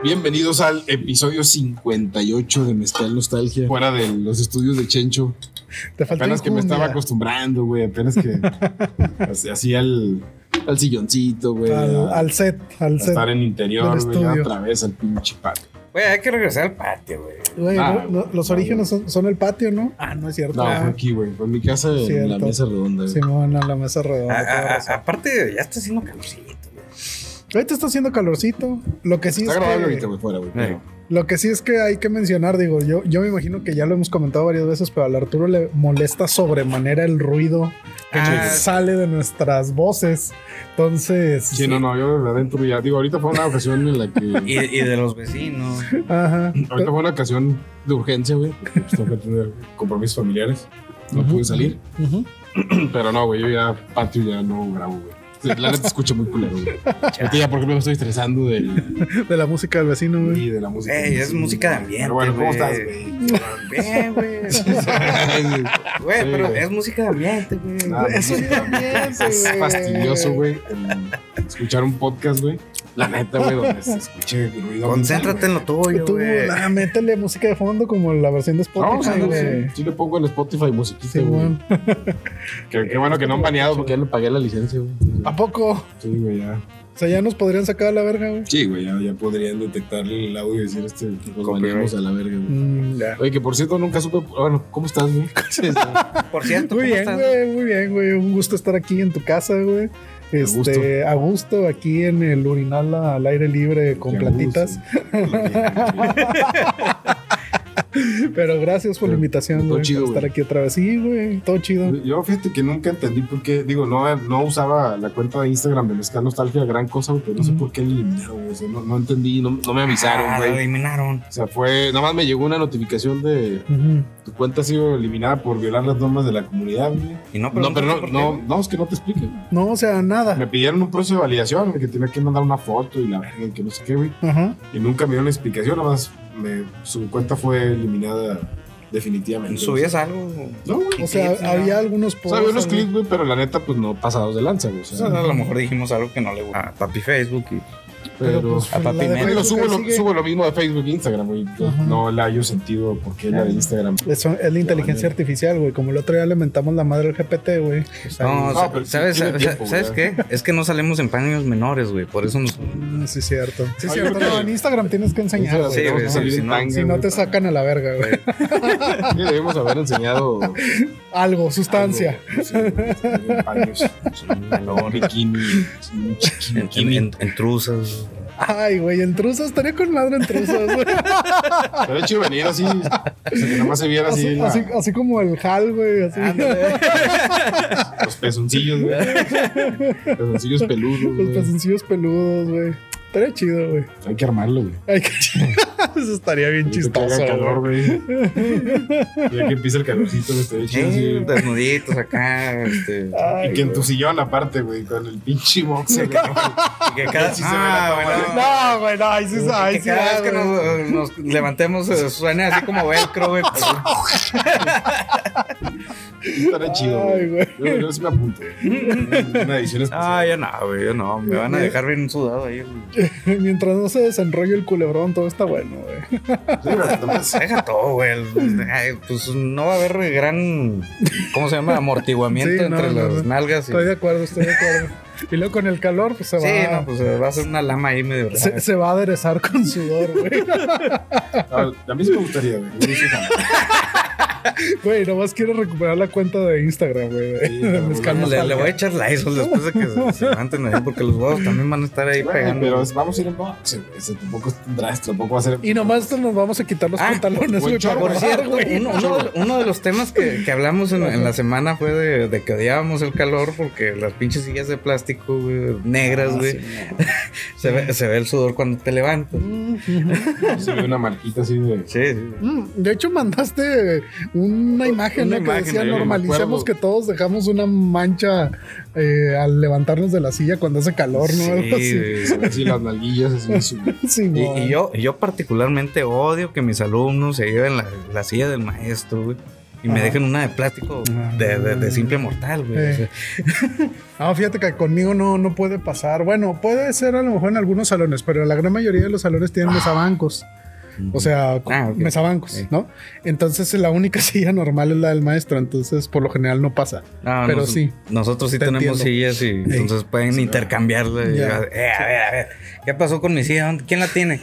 Bienvenidos al episodio 58 de Mezcal Nostalgia. Fuera de los estudios de Chencho. Te falta apenas que me estaba acostumbrando, güey. Apenas que hacía al silloncito, güey. Al set. Estar en interior, güey. Otra vez al pinche patio. Güey, hay que regresar al patio, güey. Los orígenes son el patio, ¿no? Ah, no es cierto. No, fue aquí, güey. Fue en mi casa en la mesa redonda, güey. Simón, en la mesa redonda. Aparte, ya está haciendo calorcito, güey. Ahorita está haciendo calorcito. Lo que sí está es grabando que... ahorita, güey, fuera, güey. Lo que sí es que hay que mencionar, digo, yo me imagino que ya lo hemos comentado varias veces, pero al Arturo le molesta sobremanera el ruido que sale de nuestras voces. Entonces... Sí, no, yo de adentro ya... Digo, ahorita fue una ocasión en la que... y de los vecinos. Ajá. Ahorita fue una ocasión de urgencia, güey. Tengo que tener compromisos familiares. No pude salir. Pero no, güey, yo ya patio ya no grabo, güey. La neta escucha muy culero, güey. Ahorita ya, por ejemplo, me estoy estresando de la música del vecino, güey. Y de la música. Es música de ambiente. Pero bueno, ¿cómo estás, güey? Bien, güey. Güey, pero es música de ambiente, güey. Eso es de ambiente, es fastidioso, güey. Escuchar un podcast, güey. La neta, güey, donde se escuche el ruido. Concéntrate en lo tuyo, güey. Métele música de fondo como la versión de Spotify, güey. Sí, le pongo en Spotify musiquita, güey. Qué bueno que no han baneado porque ya le pagué la licencia, güey. ¿A poco? Sí, güey, ya. O sea, ya nos podrían sacar a la verga, güey. Sí, güey, ya podrían detectar el audio y decir nos baneamos a la verga, güey. Oye, que por cierto nunca supe. Bueno, ¿cómo estás, güey? Por cierto, muy bien, güey, muy bien, güey. Un gusto estar aquí en tu casa, güey. A gusto aquí en el urinal al aire libre con plantitas. Pero gracias por la invitación, güey, por estar aquí otra vez. Sí, güey, todo chido. Yo fíjate que nunca entendí por qué, digo, no usaba la cuenta de Instagram de Mezcal Nostalgia, gran cosa, pero no sé por qué la eliminaron, güey. O sea, no entendí, no me avisaron, güey. La eliminaron. O sea, nada más me llegó una notificación de tu cuenta ha sido eliminada por violar las normas de la comunidad, güey. Y no, es que no te expliquen. No, o sea, nada. Me pidieron un proceso de validación, que tenía que mandar una foto y la verga, que no sé qué, güey. Y nunca me dieron explicación, nada más su cuenta fue eliminada definitivamente. ¿Subías algo? No, o sea, había algunos posts. O sea, había unos clics, güey, pero la neta, pues no pasados de lanza, güey. O sea, a lo mejor dijimos algo que no le gusta a papi Facebook y... Pero pues, a papi subo lo mismo de Facebook e Instagram, güey. No le hallo sentido porque la de Instagram. Es la inteligencia artificial, güey. Como el otro día le mentamos la madre al GPT, güey. Pero ¿sabes qué? Es que no salimos en paños menores, güey. Por eso nos... Sí, es cierto. Sí, es cierto. No, en Instagram tienes que enseñar. Sí, güey. Si no te sacan a la verga, güey. Sí, debemos haber enseñado algo, sustancia. Paños. Bikini. En truzas. Ay, güey, en truzas, estaría con madre en truzas, güey. Pero hecho venir así, o sea, que nada más se viera así como el Hal, güey, así. Los pezoncillos, güey. Pezoncillos peludos. Los pezoncillos peludos, güey. Estaría chido, güey. Hay que armarlo, güey. Eso estaría bien chistoso. Que calor, güey. Ya que empieza el calorcito, estaría chido. Sí, desnuditos acá. Ay, y que en tu sillón, aparte, güey, con el pinche boxer. Y que cada... No, güey, no. Ahí sí, cada vez que nos levantemos suene así como velcro, güey. Estaría chido, güey. Yo sí me apunto. Una edición especial. Ya no, güey, yo no. Me van a dejar bien sudado ahí, güey. Mientras no se desenrolle el culebrón, todo está bueno, güey. Sí, deja todo, güey. Pues no va a haber gran, ¿cómo se llama? Amortiguamiento entre las nalgas. Estoy de acuerdo. Y luego con el calor, pues se va. Sí, no, pues se va a hacer una lama ahí medio rara. Se va a aderezar con sudor, güey. A mí sí me gustaría, güey. Güey, nomás quiero recuperar la cuenta de Instagram, güey. Le voy a echar Lysol después de que se levanten ahí, porque los huevos también van a estar ahí pegando. Pero vamos a ir en box, ese tampoco es drástico, tampoco va a ser. Y nomás nos vamos a quitar los pantalones, güey. Por cierto, uno de los temas que hablamos en la semana fue de que odiábamos el calor porque las pinches sillas de plástico, güey, negras, güey. Sí, se ve el sudor cuando te levantas. Se ve una marquita así de... Sí. De hecho, mandaste una imagen, ¿no? Que decía, normalicemos que todos dejamos una mancha al levantarnos de la silla cuando hace calor, ¿no? Sí, así las nalguillas. Así. Sí, y yo particularmente odio que mis alumnos se lleven la silla del maestro, güey. y me dejen una de plástico de simple mortal, güey. O sea. No, fíjate que conmigo no puede pasar. Bueno, puede ser a lo mejor en algunos salones, pero la gran mayoría de los salones tienen mesabancos. O sea, okay. Mesabancos, ¿no? Entonces la única silla normal es la del maestro, entonces por lo general no pasa. No, pero sí. Nosotros sí tenemos sillas y entonces pueden intercambiarla. Y a ver, ¿qué pasó con mi silla? ¿Quién la tiene?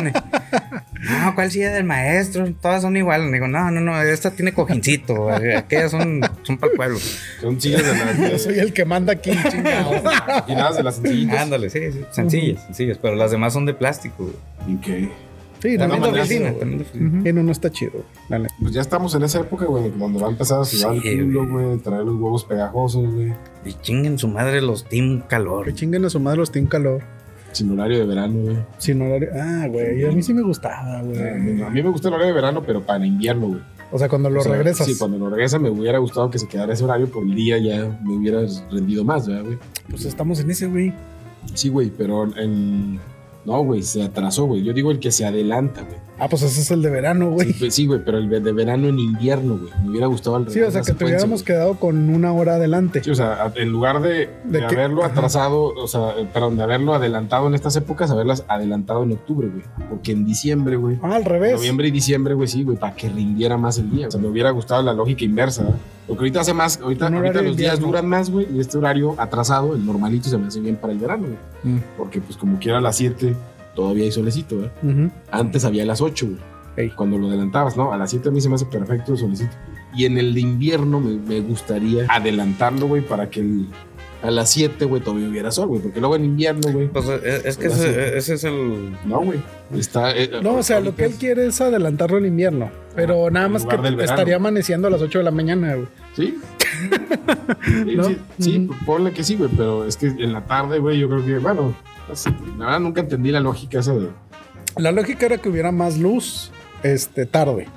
No, ¿cuál silla del maestro? Todas son iguales. Digo, no, esta tiene cojincito. Aquellas son para el pueblo. Son sillas de la... Yo soy el que manda aquí, chingados. Y nada de las sencillitas. Ándale, sí, sencillas, pero las demás son de plástico. Ok. Sí, también de oficina. Y no está chido, vale. Pues ya estamos en esa época, güey, donde va a empezar a sudar el culo, güey, traer los huevos pegajosos, güey. Y chinguen su madre los Team Calor. Que chinguen a su madre los Team Calor. Sin horario de verano, güey. Sin horario. Güey, a mí sí me gustaba, güey. A mí me gusta el horario de verano, pero para invierno, güey. O sea, cuando lo regresas. Sí, cuando lo regresa me hubiera gustado que se quedara ese horario por el día, ya me hubiera rendido más, ¿verdad, güey? Pues estamos en ese, güey. Sí, güey, pero no, güey, se atrasó, güey. Yo digo el que se adelanta, güey. Pues ese es el de verano, güey. Sí, güey, pero el de verano en invierno, güey. Me hubiera gustado al revés. Sí, o sea, que te hubiéramos quedado con una hora adelante. Sí, o sea, en lugar de haberlo atrasado, o sea, perdón, de haberlo adelantado en estas épocas, haberlas adelantado en octubre, güey. Porque en diciembre, güey. Al revés. Noviembre y diciembre, güey, sí, güey, para que rindiera más el día. O sea, me hubiera gustado la lógica inversa, ¿verdad? Porque ahorita hace más, ahorita los días duran más, güey, y este horario atrasado, el normalito, se me hace bien para el verano, güey. Porque, pues, como quiera a las 7 todavía hay solecito, ¿verdad? Antes había a las 8, güey. Cuando lo adelantabas, ¿no? A las 7 a mí se me hace perfecto el solecito. Y en el de invierno me gustaría adelantarlo, güey, para que a las 7, güey, todavía hubiera sol, güey. Porque luego en invierno, güey. Pues es que ese es el... No, güey. No, o sea, lo que él quiere es adelantarlo en invierno. Pero nada más que estaría amaneciendo a las 8 de la mañana, güey. ¿Sí? ¿No? Sí, ponle que sí, güey. Pero es que en la tarde, güey, yo creo que, bueno, no sé, la verdad nunca entendí la lógica esa de... La lógica era que hubiera más luz tarde.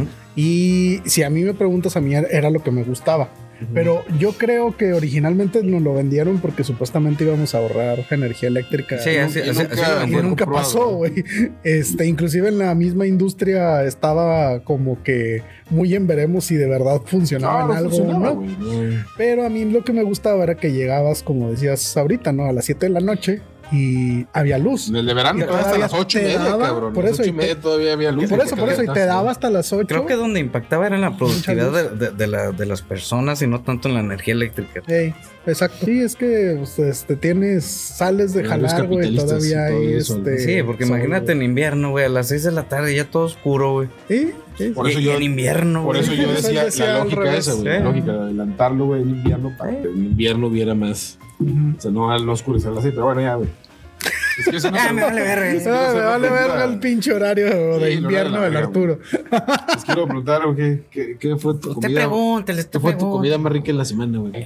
Y si a mí me preguntas, a mí era lo que me gustaba. Pero yo creo que originalmente nos lo vendieron porque supuestamente íbamos a ahorrar energía eléctrica. Sí, y nunca pasó, güey. Inclusive en la misma industria estaba como que muy en veremos si de verdad funcionaba en algo o no. Pero a mí lo que me gustaba era que llegabas, como decías ahorita, ¿no? A las 7 de la noche. Y había luz. En el de verano todavía hasta las 8:30, cabrón. Por eso, 8:30 todavía había luz. Por eso, y te daba hasta las 8. Creo que donde impactaba era en la productividad de las personas y no tanto en la energía eléctrica. Exacto. Sí, es que sales de jalar, güey, todavía hay Sí, porque imagínate en invierno, güey, a las 6 de la tarde ya todo oscuro, güey. Sí. Por eso en invierno, güey. Por eso yo decía la lógica esa, güey. La lógica de adelantarlo, güey, en invierno para que en invierno hubiera más. O sea, no oscurecer las 6, pero bueno, ya, güey. Es que eso no me vale verga. Me vale verga el pinche horario de invierno del Arturo. Les quiero preguntar, ¿qué fue tu comida? ¿Qué fue tu comida más rica en la semana, güey?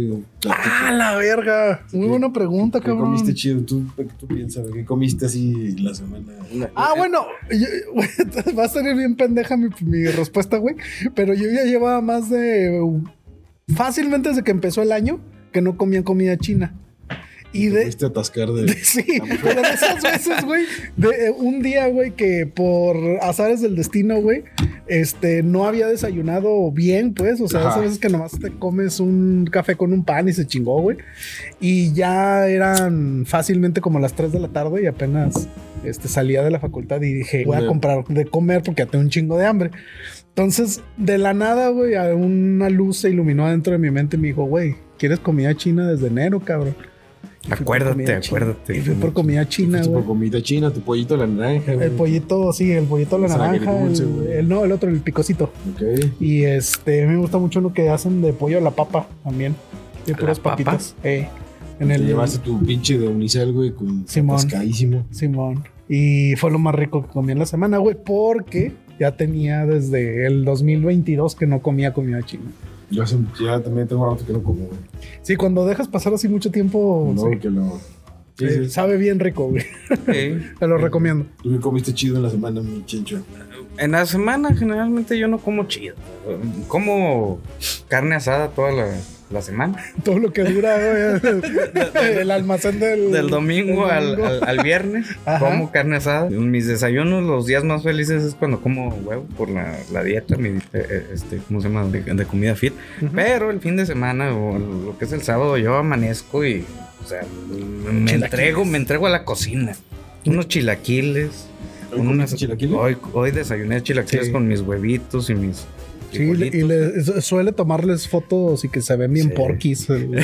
La verga. Muy buena pregunta, cabrón. ¿Qué comiste chido? ¿Tú piensas? ¿Qué comiste así la semana? Bueno, va a salir bien pendeja mi respuesta, güey. Pero yo ya llevaba más de... Fácilmente desde que empezó el año que no comía comida china. Y fuiste a atascar sí, pero de esas veces, güey, de un día, güey, que por azares del destino, güey, no había desayunado bien, pues, o sea, esas veces que nomás te comes un café con un pan y se chingó, güey, y ya eran fácilmente como las 3 de la tarde y apenas salía de la facultad y dije, voy a comprar de comer porque ya tengo un chingo de hambre. Entonces, de la nada, güey, una luz se iluminó adentro de mi mente y me dijo, güey, ¿quieres comida china desde enero, cabrón? Acuérdate. Y fui por comida china, güey. Por comida china, tu pollito a la naranja, güey. El pollito a la naranja. El otro, el picosito. Ok. Y a mí me gusta mucho lo que hacen de pollo a la papa también. De puras papitas. Llevaste tu pinche de unicel, güey, con pescadísimo. Simón. Y fue lo más rico que comí en la semana, güey, porque ya tenía desde el 2022 que no comía comida china. Yo ya también tengo rato que no como, güey. Sí, cuando dejas pasar así mucho tiempo... No, que no. Sí. Sabe bien rico, güey. Sí. Te lo recomiendo. ¿Tú qué comiste chido en la semana, mi chencho? En la semana generalmente yo no como chido. Como carne asada la semana. Todo lo que dura, güey. El almacén del domingo al viernes. Ajá. Como carne asada. Mis desayunos, los días más felices es cuando como huevo por la dieta, ¿cómo se llama? De comida fit. Uh-huh. Pero el fin de semana o lo que es el sábado, yo amanezco y, o sea, me entrego a la cocina. Unos chilaquiles. Hoy desayuné chilaquiles con mis huevitos y mis... Sí, y suele tomarles fotos y que se ven bien porquis.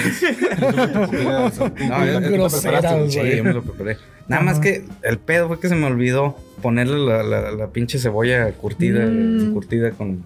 Groseras, sí, yo me lo preparé. Nada más que el pedo fue que se me olvidó ponerle la pinche cebolla curtida con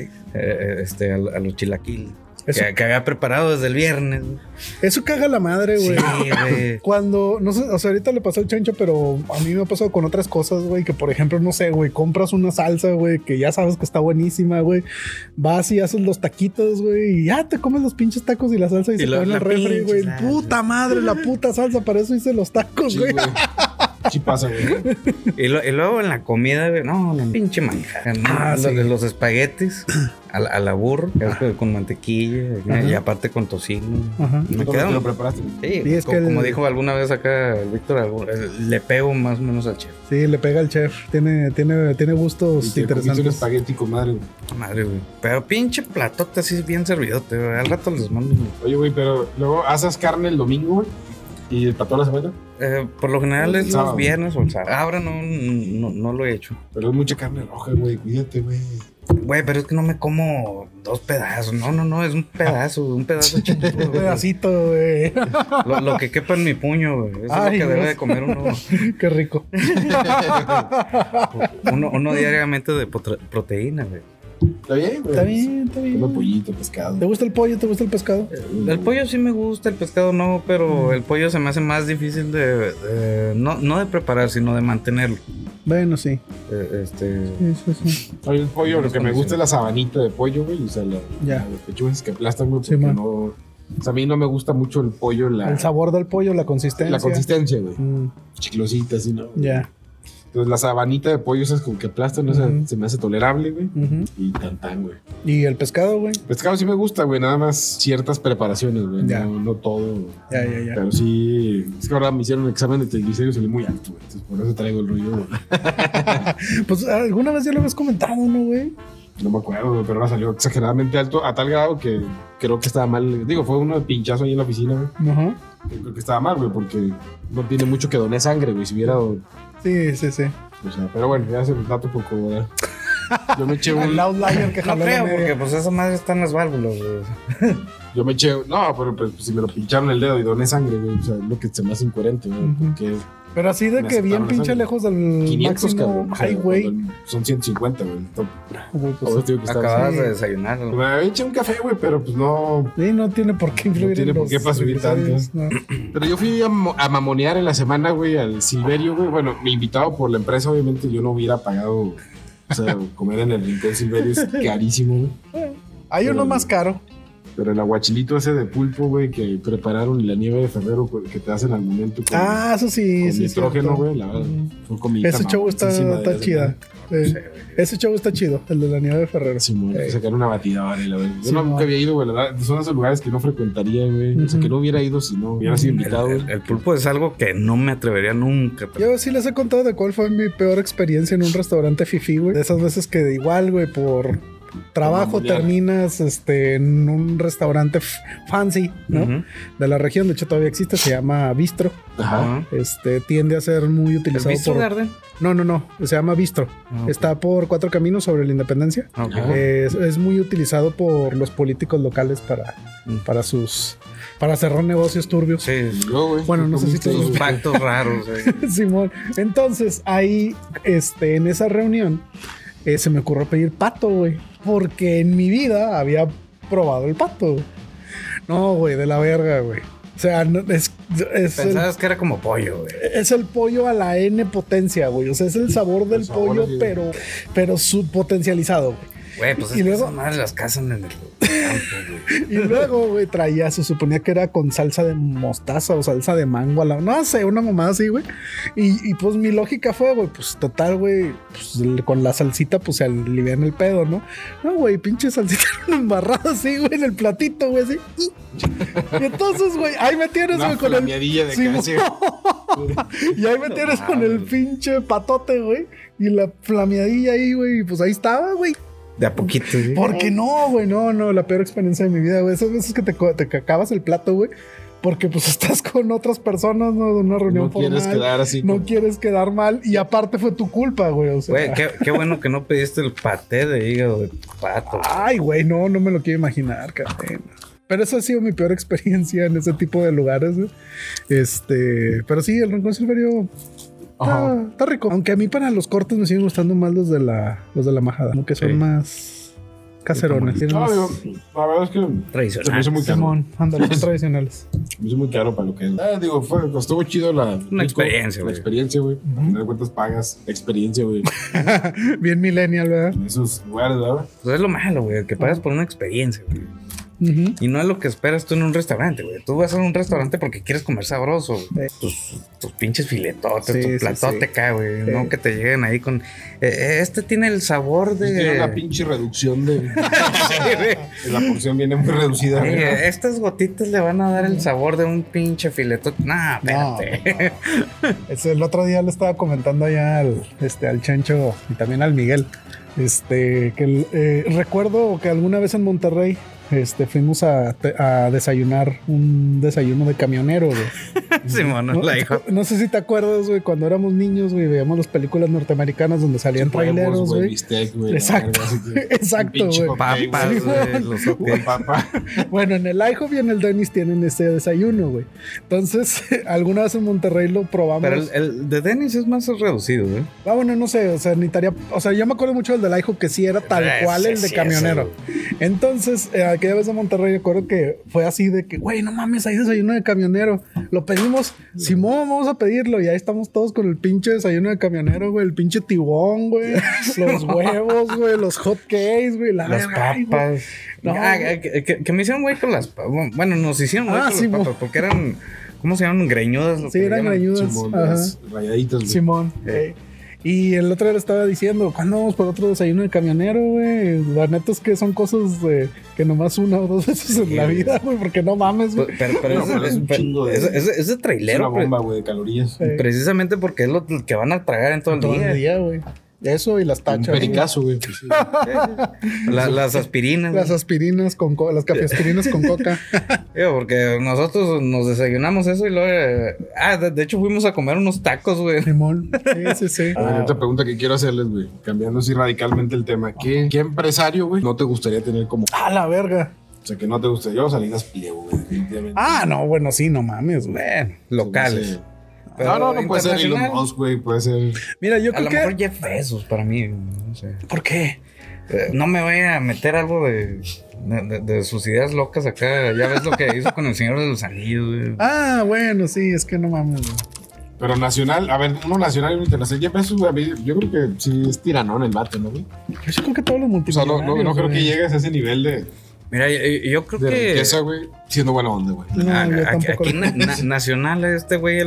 a los chilaquiles. Que había preparado desde el viernes. Eso caga la madre, güey. Sí, güey. Cuando, no sé, o sea, ahorita le pasó al Chancho, pero a mí me ha pasado con otras cosas, güey, que por ejemplo, no sé, güey, compras una salsa, güey, que ya sabes que está buenísima, güey. Vas y haces los taquitos, güey, y ya te comes los pinches tacos y la salsa y se pone el refri, güey. Puta madre, la puta salsa, para eso hice los tacos, sí, güey. Sí pasa, güey. Y luego en la comida, güey, no, la pinche manjar. Los espaguetis a la burro, con mantequilla, y aparte con tocino. Ajá. Me quedaron. ¿Lo preparaste? Sí, es como dijo alguna vez acá el Víctor, le pego más o menos al chef. Sí, le pega al chef. Tiene gustos interesantes. Un espagueti con madre, güey. Madre, güey. Pero pinche platote así bien servidote, güey. Al rato les mando. Oye, güey, pero luego haces carne el domingo, güey. ¿Y para toda la semana? Por lo general es los viernes o el sábado. Ahora no lo he hecho. Pero es mucha carne roja, güey. Cuídate, güey. Güey, pero es que no me como 2 pedazos. No, es un pedazo chiquito. Un pedacito, güey. Lo que quepa en mi puño, güey. Eso es lo que debe de comer uno. Qué rico. uno diariamente de proteína, güey. Está bien, güey. Está bien. Come pollito, pescado. ¿Te gusta el pollo? ¿Te gusta el pescado? El pollo sí me gusta, el pescado no, pero el pollo se me hace más difícil no de preparar, sino de mantenerlo. Bueno, sí. Sí. Oye, el pollo, lo que me gusta es la sabanita de pollo, güey. O sea, las pechugas que aplastan, güey, porque no... O sea, a mí no me gusta mucho el pollo. El sabor del pollo, la consistencia. La consistencia, güey. Chiclosita, así, ¿no? Ya. Entonces la sabanita de pollo esas como que aplastan, se me hace tolerable, güey. Y tan, güey. ¿Y el pescado, güey? El pescado sí me gusta, güey. Nada más ciertas preparaciones, güey. No todo. Ya. Pero sí... Es que ahora me hicieron un examen de triglicéridos y salí muy alto, güey. Entonces por eso traigo el rollo, güey. Pues alguna vez ya lo habías comentado, ¿no, güey? No me acuerdo, güey, pero ahora salió exageradamente alto a tal grado que creo que estaba mal. Digo, fue un pinchazo ahí en la oficina, güey. Ajá. Creo que estaba mal, güey, porque no tiene mucho que doné sangre, güey. Si hubiera... Sí. O sea, pero bueno, ya se me dato poco, ¿verdad? Yo me eché el outlier que jaló. No creo, porque pues esa madre está en las válvulas, güey. Yo me eché... No, pero pues, si me lo pincharon el dedo y doné sangre, güey. O sea, lo que se me hace incoherente, güey. Porque... Pero así de que bien pinche lejos del 500, máximo highway. Son 150, güey. Pues, acabas de desayunar, ¿no? Me eché un café, güey, pero pues no... Sí, no tiene por qué influir. No tiene por qué para subir tanto. No. Pero yo fui a mamonear en la semana, güey, al Silverio, güey. Bueno, me invitado por la empresa, obviamente yo no hubiera pagado... O sea, comer en el Rincón Silverio es carísimo, güey. Hay uno más caro. Pero el aguachilito ese de pulpo, güey, que prepararon y la nieve de Ferrero que te hacen al momento. Eso sí. Con nitrógeno, güey, la verdad. Fue comida. Ese show está chida. Ese show está chido, el de la nieve de Ferrero. Sí, sacar una batidora y la verdad. Yo nunca había ido, güey, la verdad. Son esos lugares que no frecuentaría, güey. O sea, que no hubiera ido si no hubiera sido invitado. El pulpo es algo que no me atrevería nunca. Yo sí les he contado de cuál fue mi peor experiencia en un restaurante fifí, güey. De esas veces que igual, güey, por trabajo terminas en un restaurante fancy, ¿no? De la región, de hecho todavía existe, se llama Bistro. Ajá. Tiende a ser muy utilizado ¿El Bistro Garden? No, se llama Bistro. Está por 4 Caminos sobre la Independencia. Es muy utilizado por los políticos locales para cerrar negocios turbios. Sí, bueno, no sé si todos los pactos raros. Simón. Entonces, ahí, en esa reunión, se me ocurrió pedir pato, güey. Porque en mi vida había probado el pato, güey. No, güey, de la verga, güey. O sea, pensabas que era como pollo, güey. Es el pollo a la N potencia, güey. O sea, es el sabor del pollo, pero potencializado, güey. Güey, pues y luego, esas madres las cazan en el güey. Y luego, güey, traía, se suponía que era con salsa de mostaza o salsa de mango, no sé, una mamada así, güey. Y pues mi lógica fue, güey, pues total, güey, pues con la salsita, pues se alivian el pedo, ¿no? No, güey, pinche salsita embarrada así, güey, en el platito, güey, así. Y entonces, güey, ahí me tienes, güey, con el... De Sí, casi. y ahí me tienes con el pinche patote, güey. Y la flameadilla ahí, güey. Y pues ahí estaba, güey. De a poquito, ¿sí? Porque no, güey, no. La peor experiencia de mi vida, güey. Esas veces que te acabas el plato, güey. Porque pues estás con otras personas, ¿no? De una reunión formal. No quieres quedar así. No quieres quedar mal. Y aparte fue tu culpa, güey. O sea, güey, qué bueno que no pediste el paté de hígado de pato. Ay, güey, no me lo quiero imaginar, cabrón. Pero esa ha sido mi peor experiencia en ese tipo de lugares, güey. Pero sí, el Rincón Silverio está rico. Aunque a mí para los cortes me siguen gustando más los de la majada, aunque son más caserones. No, digo, la verdad es que tradicional. se me hizo muy caro. Simón, ándale, son tradicionales. Me hizo muy caro para lo que es. Digo, estuvo chido una experiencia, La güey. experiencia, güey. A final de cuentas pagas experiencia, güey. Bien millennial, ¿verdad? En esos lugares, ¿verdad? Pues es lo malo, güey, que pagas por una experiencia, güey. Uh-huh. Y no es lo que esperas tú en un restaurante, güey. Tú vas a un restaurante porque quieres comer sabroso. Tus pinches filetotes, Sí, tu platote acá, güey. Sí. No que te lleguen ahí con... este tiene el sabor de... Tiene una pinche reducción de... La porción viene muy reducida. Sí, güey. estas gotitas le van a dar el sabor de un pinche filetote. Nah, espérate. El otro día le estaba comentando allá al Chancho y también al Miguel. Recuerdo que alguna vez en Monterrey fuimos a desayunar un desayuno de camionero, güey. Simón, la hija. No sé si te acuerdas, güey, cuando éramos niños, güey, veíamos las películas norteamericanas donde salían traileros, güey. Bistec, güey. Exacto, exacto, güey. Papas, güey. Los Papa. Bueno, en el IHOP y en el Denny's tienen ese desayuno, güey. Entonces, alguna vez en Monterrey lo probamos. Pero el de Denny's es más reducido, güey. Bueno, no sé, o sea, necesitaría... O sea, yo me acuerdo mucho del IHOP que sí era tal cual el de camionero. Entonces, aquella vez en Monterrey, yo recuerdo que fue así de que, güey, no mames, hay desayuno de camionero. Lo pedimos, Simón, vamos a pedirlo. Y ahí estamos todos con el pinche desayuno de camionero, güey. El pinche tibón, güey. Los huevos, güey. Los hot cakes, güey. Las papas. No, que me hicieron güey con las papas. Bueno, nos hicieron güey con sí, las papas porque eran... ¿Cómo se llaman? Greñudas. Sí, eran greñudas. Simón, Ajá. Rayaditas, güey. Simón. Y el otro día le estaba diciendo, ¿cuándo vamos por otro desayuno de camionero, güey? La neta es que son cosas que nomás una o dos veces en la vida, güey, porque no mames, güey. Pero es un chingo de... Es de trailero. Es una bomba, güey, de calorías. Precisamente porque es lo que van a tragar en todo el día. Güey. Eso y las tachas. Un pericazo, güey. Pues, sí. Las aspirinas. Las aspirinas las cafeaspirinas con coca. Porque nosotros nos desayunamos eso y luego... de hecho fuimos a comer unos tacos, güey. Limón. Sí. Otra pregunta que quiero hacerles, güey, cambiando así radicalmente el tema. ¿Qué empresario, güey, no te gustaría tener como... ¡Ah, la verga! O sea, que no te gustaría. Yo, Salinas Pliego, güey, definitivamente. No, bueno, sí, no mames, güey. Locales. No puede ser Elon Musk, güey, puede ser... Mira, yo a creo lo que... mejor Jeff Bezos para mí, no sé. ¿Por qué? No me voy a meter algo de sus ideas locas acá. Ya ves lo que hizo con el Señor de los Anillos, güey. Bueno, sí, es que no mames, güey. Pero nacional, a ver, uno nacional y uno internacional. Jeff Bezos, güey, a mí, yo creo que sí es tiranón el vato, ¿no, güey? Yo creo que todos los O sea, multimillonarios, no creo güey. que llegues a ese nivel de Mira, yo creo que... riqueza, güey, siendo buena onda, güey. No, yo tampoco aquí lo- nacional, güey,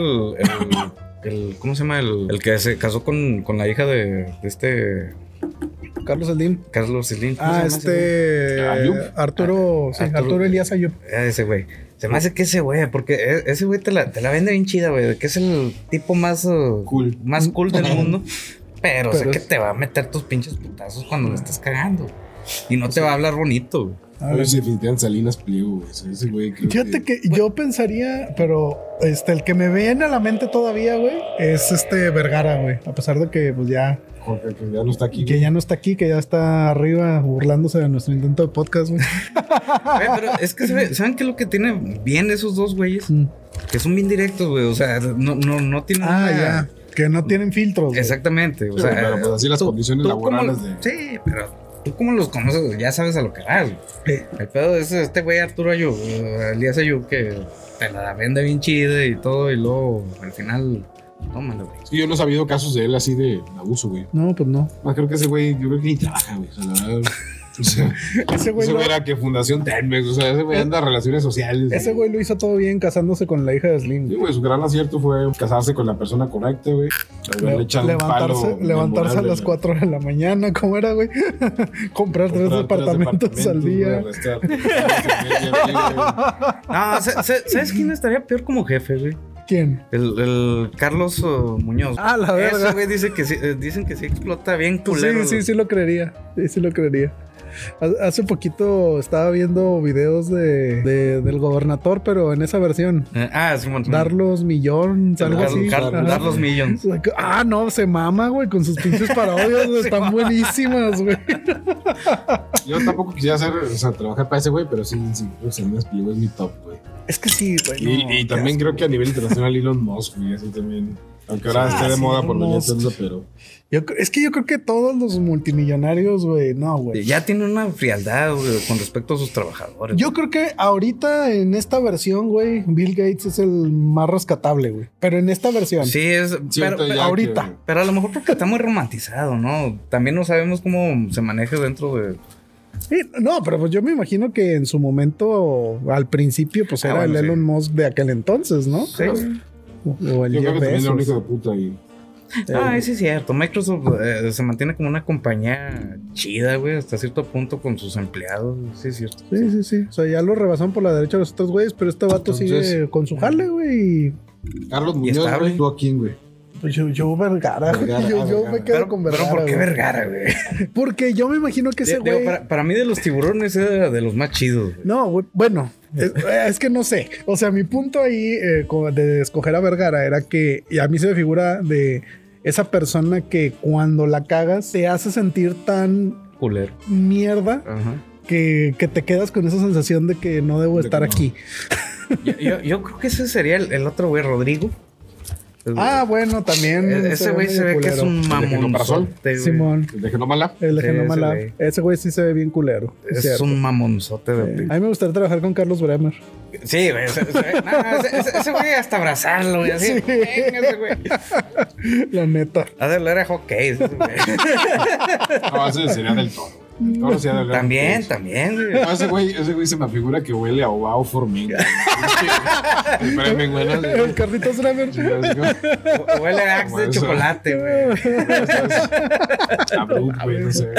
el ¿cómo se llama? El que se casó con la hija de este Carlos Slim. Carlos Slim. ¿Cómo se llama Ayub. Arturo Elías Ayub. ese güey. Se me hace que ese güey, porque ese güey te la vende bien chida, güey. Que es el tipo más Cool. más cool del mundo. Pero sé Pero que es- te va a meter tus pinches putazos cuando le estás cagando. Y no te va a hablar bonito, güey. A ver si definitivamente Salinas Pliego, güey. O sea, ese güey creo Fíjate que yo pensaría, pero el que me viene a la mente todavía, güey, es Vergara, güey. A pesar de que pues ya Jorge, que ya no está aquí. que ya no está aquí, que ya está arriba burlándose de nuestro intento de podcast, güey. Güey, pero es que ¿saben qué es lo que tienen bien esos dos güeyes? Mm. Que son bien directos, güey. O sea, no tienen Ya. Que no tienen filtros, güey. Exactamente. O Sí, sea, pero pues así las condiciones laborales Sí, pero tú como los conoces, ya sabes a lo que vas, güey. Sí. El pedo es este güey Arturo Ayub, Elías Ayub, que te la vende bien chida y todo, y luego al final, tómala, güey. Sí, yo no he sabido casos de él así de abuso, güey. No, pues no. Más creo que ese güey, yo creo que ni trabaja, güey. O sea, la verdad, Ese güey era que Fundación Telmex, o sea, ese güey anda relaciones sociales. Ese güey lo hizo todo bien casándose con la hija de Slim. Sí, güey, su gran acierto fue casarse con la persona correcta, güey. Levantarse a las 4 de la mañana, ¿cómo era, güey? Comprar 3 departamentos al día. No, ¿sabes quién estaría peor como jefe, güey? ¿Quién? El Carlos Muñoz. Ah, la verdad. Ese güey dicen que sí explota bien culero. Sí lo creería. Sí lo creería. Hace poquito estaba viendo videos del gobernador, pero en esa versión. Simón. Darlos Millones, algo así. Darlos Millones. No, se mama, güey, con sus pinches parodias, güey, están buenísimas, güey. Yo tampoco quisiera trabajar para ese güey, pero sí, Salinas Pliego es mi top, güey. Es que sí, güey. Y también creo que a nivel internacional Elon Musk, güey, así también. Aunque ahora esté de moda por venir Tesla, pero... Es que yo creo que todos los multimillonarios, güey, no, güey. Ya tienen una frialdad, güey, con respecto a sus trabajadores. Yo creo que ahorita en esta versión, güey, Bill Gates es el más rescatable, güey. Pero en esta versión. Sí, pero ahorita. Pero a lo mejor porque está muy romantizado, ¿no? También no sabemos cómo se maneja dentro de... Sí, no, pero pues yo me imagino que en su momento, al principio, pues era el Elon Musk de aquel entonces, ¿no? Sí. O el yo creo que también era un hijo Bezos. de puta y... Sí es cierto. Microsoft se mantiene como una compañía chida, güey, hasta cierto punto con sus empleados. Sí es cierto. Sí. O sea, ya lo rebasaron por la derecha los otros güeyes, pero este vato sigue con su jale, güey. Carlos Muñoz, güey, ¿tú a quién, güey? Pues yo Vergara. Yo me quedo con Vergara. ¿Pero por qué Vergara, güey? Porque yo me imagino que ese güey... Para mí de los tiburones era de los más chidos, güey. No, güey, bueno, es que no sé. O sea, mi punto ahí de escoger a Vergara era que y a mí se me figura de esa persona que cuando la cagas te hace sentir tan... culero. Mierda. Ajá. Que te quedas con esa sensación de que no debo estar aquí. Yo creo que ese sería el otro güey, Rodrigo. Bueno, también. Ese güey se ve que es un mamonzote, güey. Simón. ¿El de Genomala? El de Genomala. Ese güey sí se ve bien culero. Es un mamonzote de A mí me gustaría trabajar con Carlos Bremer. Sí, güey. Ese güey hasta abrazarlo, güey. Así. Sí. Venga, ese güey. La neta. Ha de hablar a hockey, ese güey. No, ese sería del Toro. También, güey. No, ese güey se me figura que huele a Wow Forming. El Carlitos Bremer. Huele a Axe de chocolate, güey. No sé.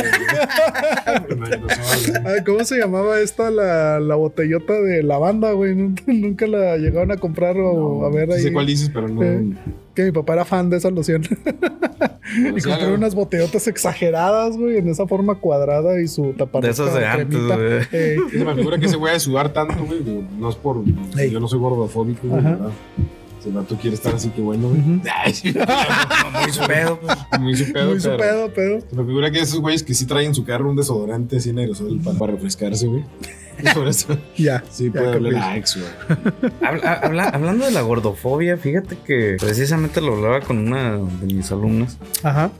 ¿Cómo se llamaba esta la botellota de lavanda, güey? Nunca la llegaron a comprar o a ver ahí. No sé cuál dices, pero no. Que mi papá era fan de esa loción. Y compré unas botellotas exageradas, güey, en esa forma cuadrada y su taparrosca. De esas de antes, güey. Se me figura que ese güey de sudar tanto, güey. No es por... Yo no soy gordofóbico, güey, ¿verdad? Si no, tú quieres estar así que bueno, güey. Muy su pedo, pues. Muy su pedo, pero. Se me figura que esos güeyes que sí traen en su carro un desodorante así en aerosol para refrescarse, güey. Por eso. Ya. Sí, puede hablar a ex, güey. Hablando de la gordofobia, fíjate que precisamente lo hablaba con una de mis alumnas. Ajá.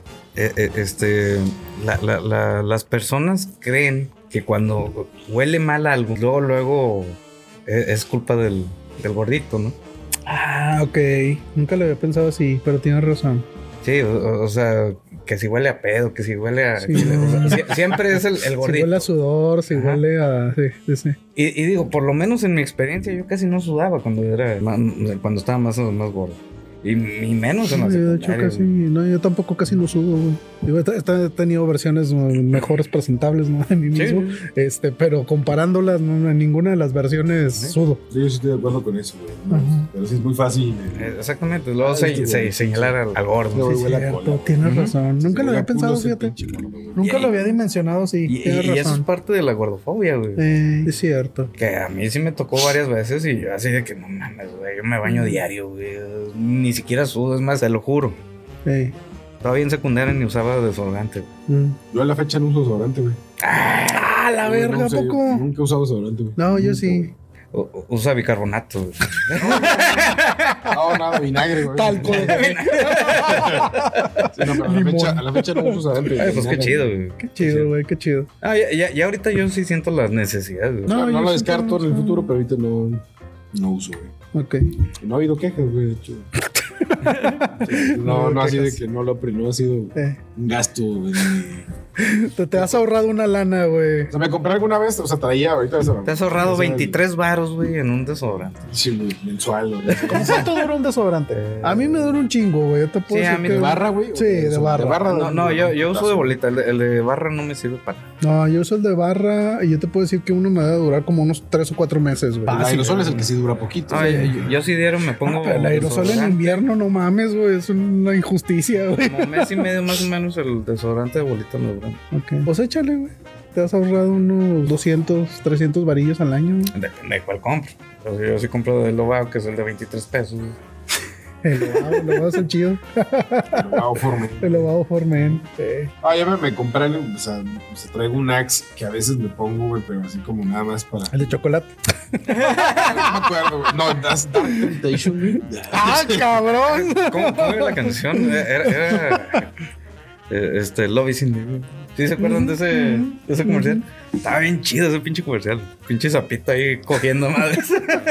Las personas creen que cuando huele mal algo, luego es culpa del gordito, ¿no? Ok. Nunca lo había pensado así, pero tienes razón. Sí, o sea, que si huele a pedo, que si huele a... Sí, o sea, siempre es el gordito. Si huele a sudor, si huele a... Sí. Y digo, por lo menos en mi experiencia, yo casi no sudaba cuando estaba más gordo. Y menos en la secundaria. De hecho, casi... No, yo tampoco casi no sudo, güey. He tenido versiones mejores presentables, ¿no? De mí mismo. Sí. Pero comparándolas, no, en ninguna de las versiones sudo. Sí, yo sí estoy de acuerdo con eso, güey. Pero sí es muy fácil. Exactamente. Luego señalar al gordo. Sí, tienes razón. Nunca lo había pensado, fíjate. Nunca lo había dimensionado, sí. Y eso es parte de la gordofobia, güey. Es cierto. Que a mí sí me tocó varias veces y yo así de que no mames, güey. Yo me baño diario, güey. Ni siquiera sudo, es más, te lo juro. Todavía en secundaria ni usaba desodorante, güey. Yo a la fecha no uso desodorante, güey. La verga, ¿a poco? Nunca he usado desodorante, güey. No, yo sí. Usa bicarbonato, güey. No, nada, vinagre, güey. Talco. Sí, no, pero a la fecha no uso desodorante. Pues qué chido, güey. Qué chido, güey, qué chido. Ya ahorita yo sí siento las necesidades, güey. No lo descarto en el futuro, pero ahorita no uso, güey. Ok. No ha habido quejas, güey, de hecho. No ha sido de que no ha sido un gasto Te has ahorrado una lana, güey. O sea, me compré alguna vez, o sea, traía ahorita. Te has ahorrado 23 varos, güey, en un desodorante. Sí, güey, mensual. ¿Cuánto dura un desodorante? A mí me dura un chingo, güey. Yo te puedo decir a mí que... de barra, güey. Sí, de barra. No, yo uso de bolita. El de barra no me sirve para nada. No, yo uso el de barra y yo te puedo decir que uno me debe durar como unos 3 o 4 meses, güey. El aerosol es el que sí dura poquito. Yo sí diaron me pongo. Pero el aerosol en invierno, no mames, güey. Es una injusticia, güey. Como mes y medio más o menos el desodorante de bolita me dura. Ok. Pues échale, güey. Te has ahorrado unos 200, 300 varillos al año. Depende de cuál compro. Pero yo sí compro del Lobao, que es el de 23 pesos. El Lobao es el chido. El Lobao Formen. El Lobao Formen. Ya me compré, o sea, traigo un Axe que a veces me pongo, güey, pero así como nada más para... El de chocolate. No me acuerdo, güey. No, That's Dark Temptation, güey. ¡Ah, cabrón! ¿Cómo era la canción? Era Love is in the room. ¿Sí se acuerdan de ese comercial? Estaba bien chido ese pinche comercial. Pinche sapito ahí cogiendo madres.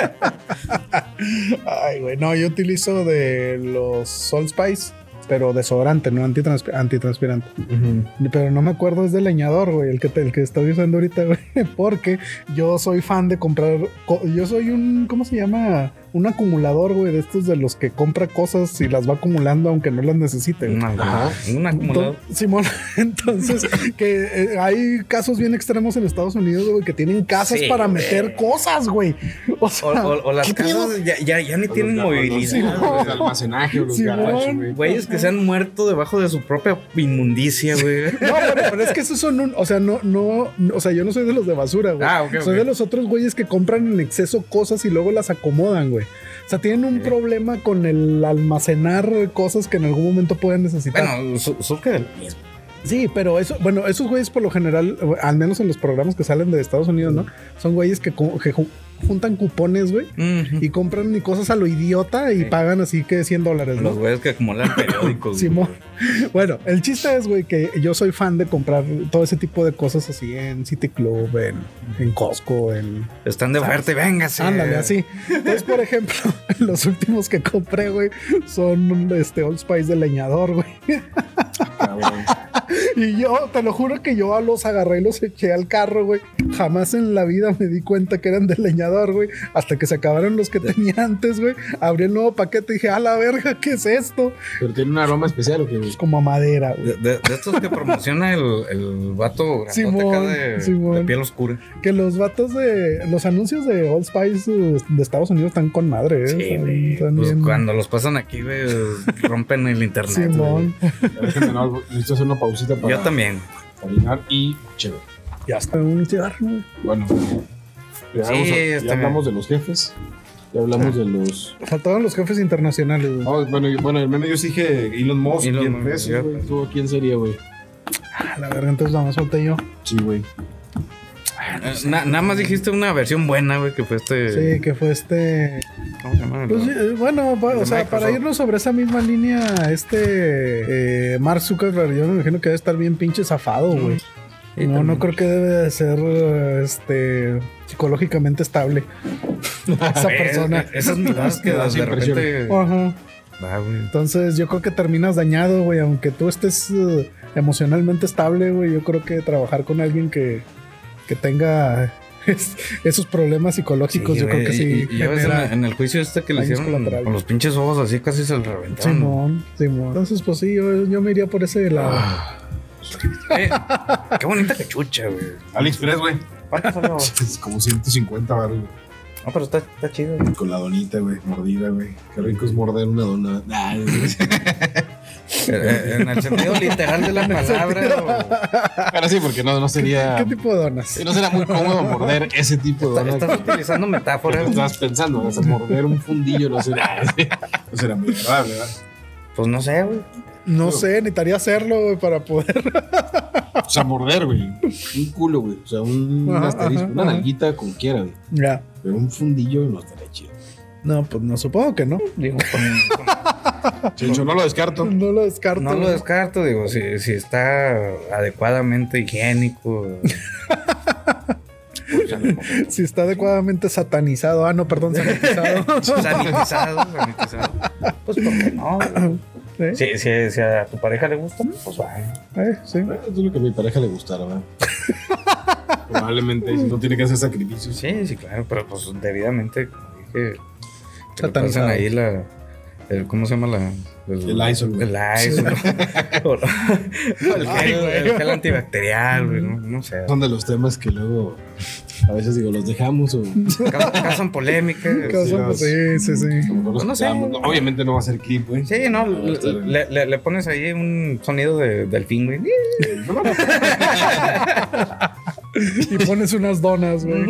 Ay, güey. No, yo utilizo de los Old Spice, pero desodorante, no antitranspirante. Pero no me acuerdo, es de leñador, güey, el que estoy usando ahorita, güey. Porque yo soy fan de comprar. Yo soy un. ¿Cómo se llama? Un acumulador, güey, de estos de los que compra cosas y las va acumulando aunque no las necesite, güey. Un acumulador. Simón, entonces, que hay casos bien extremos en Estados Unidos, güey, que tienen casas para meter cosas, güey. O las casas ya ni tienen movilidad. Los almacenaje o los garajes, güey. Güeyes que se han muerto debajo de su propia inmundicia, güey. No, pero es que esos son o sea, o sea, yo no soy de los de basura, güey. Soy de los otros güeyes que compran en exceso cosas y luego las acomodan, güey. O sea, tienen un problema con el almacenar cosas que en algún momento pueden necesitar. Bueno, surge del mismo. Sí, pero esos güeyes por lo general, al menos en los programas que salen de Estados Unidos, ¿no? Son güeyes que juntan cupones, güey, y compran cosas a lo idiota y pagan así que $100, ¿no? Los güeyes que acumulan periódicos. Simón. Bueno, el chiste es, güey, que yo soy fan de comprar todo ese tipo de cosas así en City Club, en Costco, Están de oferta y véngase. Ándale, así. Entonces, por ejemplo, los últimos que compré, güey, son Old Spice de leñador, güey. Y yo, te lo juro que yo los agarré y los eché al carro, güey. Jamás en la vida me di cuenta que eran de leñador, güey. Hasta que se acabaron los que tenía antes, güey. Abrí el nuevo paquete y dije, ¡a la verga! ¿Qué es esto? Pero tiene un aroma especial, ¿o qué, güey? Es como a madera, güey. De estos que promociona el vato grandote acá de piel oscura. Que los vatos los anuncios de Old Spice de Estados Unidos están con madre, ¿eh? Sí, güey. Pues cuando los pasan aquí, güey, rompen el internet. Simón. Necesito hacer una pausita para... Yo también. Orinar y chévere. Ya está un cigarro, güey. Bueno, ya hablamos de los jefes. Ya hablamos de los... Faltaban los jefes internacionales, güey. Bueno, al menos yo sí dije Elon Musk. ¿Tú quién sería, güey? La verga, entonces nada más falté yo. Sí, güey. Nada más dijiste una versión buena, güey, que fue Sí, que fue ¿cómo se llama? Pues, bueno, o sea, para irnos sobre esa misma línea, Mark Zuckerberg, yo me imagino que debe estar bien pinche zafado, güey. No creo que debe de ser psicológicamente estable esa persona. Esas miradas que de repente... Ajá. Entonces yo creo que terminas dañado, güey. Aunque tú estés emocionalmente estable, güey, yo creo que trabajar con alguien que tenga esos problemas psicológicos, yo creo que sí. Y ya ves en el juicio que le hicieron con los pinches ojos así casi se le reventaron. Simón. Entonces, pues sí, yo me iría por ese lado. Qué bonita cachucha, güey. AliExpress, güey. Es como 150 baros, güey. No, pero está chido, güey. Con la donita, güey, mordida, güey. Qué rico es morder una dona. En el sentido literal de la palabra. Pero sí, porque no sería... ¿Qué tipo de donas? No será muy cómodo morder ese tipo de donas. Estás utilizando metáforas. Estás pensando, vas a morder un fundillo, no será muy agradable, ¿verdad? Pues no sé, güey. No sé, necesitaría hacerlo, güey, para poder... O sea, morder, güey. Un culo, güey. O sea, un asterisco, una nalguita como quiera, güey. Ya. Pero un fundillo no estaría chido. No, pues no, supongo que no. Digo, Chencho, no lo descarto. No lo descarto. No lo descarto, digo, si está adecuadamente higiénico. Si está adecuadamente satanizado. Ah, no, perdón, sanitizado. Sanitizado. Pues, ¿por qué no? Si a tu pareja le gusta, pues va. Sí. Es lo que a mi pareja le gustara, ¿verdad? Probablemente no tiene que hacer sacrificios. Sí, claro, pero pues debidamente, como dije, que le Satanizado. pasen ahí ¿cómo se llama El Lysol. El Lysol. El gel antibacterial, güey, no sé. Son de los temas que luego a veces digo, ¿los dejamos o...? Causan polémica. Sí. Como que No sé. Obviamente no va a ser clip, güey. Sí, no, le pones ahí un sonido de delfín, güey. Y pones unas donas, güey.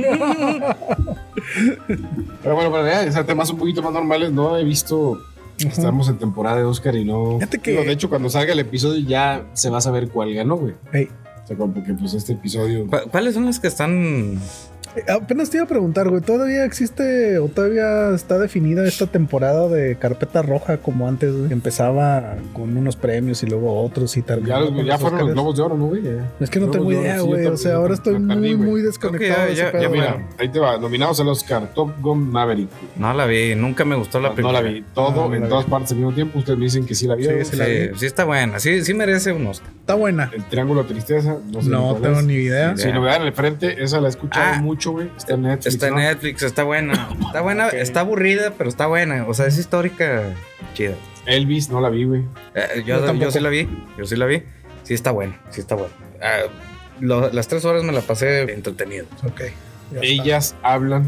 Pero bueno, para allá, o sea, temas un poquito más normales, no he visto... Estamos en temporada de Oscar y no... Fíjate que- Digo, de hecho, cuando salga el episodio ya se va a saber cuál ganó, güey. Hey, O sea, porque pues este episodio... ¿Cuáles son las que están...? apenas te iba a preguntar, güey, ¿todavía existe o todavía está definida esta temporada de carpeta roja como antes, güey? Empezaba con unos premios y luego otros y tal. Ya fueron los Globos de Oro, ¿no, güey? Es que no Globos tengo de Oro, idea, sí, güey. yo O sea, también ahora estoy me perdí, güey. muy desconectado Creo que de ese ya pedo, Ya güey. mira, ahí te va. Nominados al Oscar. Top Gun Maverick. No la vi, nunca me gustó la No película. la vi. Todo No en la todas vi. partes al mismo tiempo. Ustedes me dicen que sí la vieron. Sí, la vi. Sí está buena, sí merece un Oscar. Está buena. El Triángulo de Tristeza. No sé No cuál tengo es. ni idea. Sí. Si novedad en el frente, esa la he escuchado Ah. mucho, güey. Está en Netflix. Está en ¿no? Netflix, está buena. Está buena, está aburrida, pero está buena. O sea, es histórica, chida. Elvis, no la vi, güey. Yo tampoco. Yo sí la vi. Sí está buena. Las 3 horas me la pasé entretenido. Ok. ya está. Ellas hablan.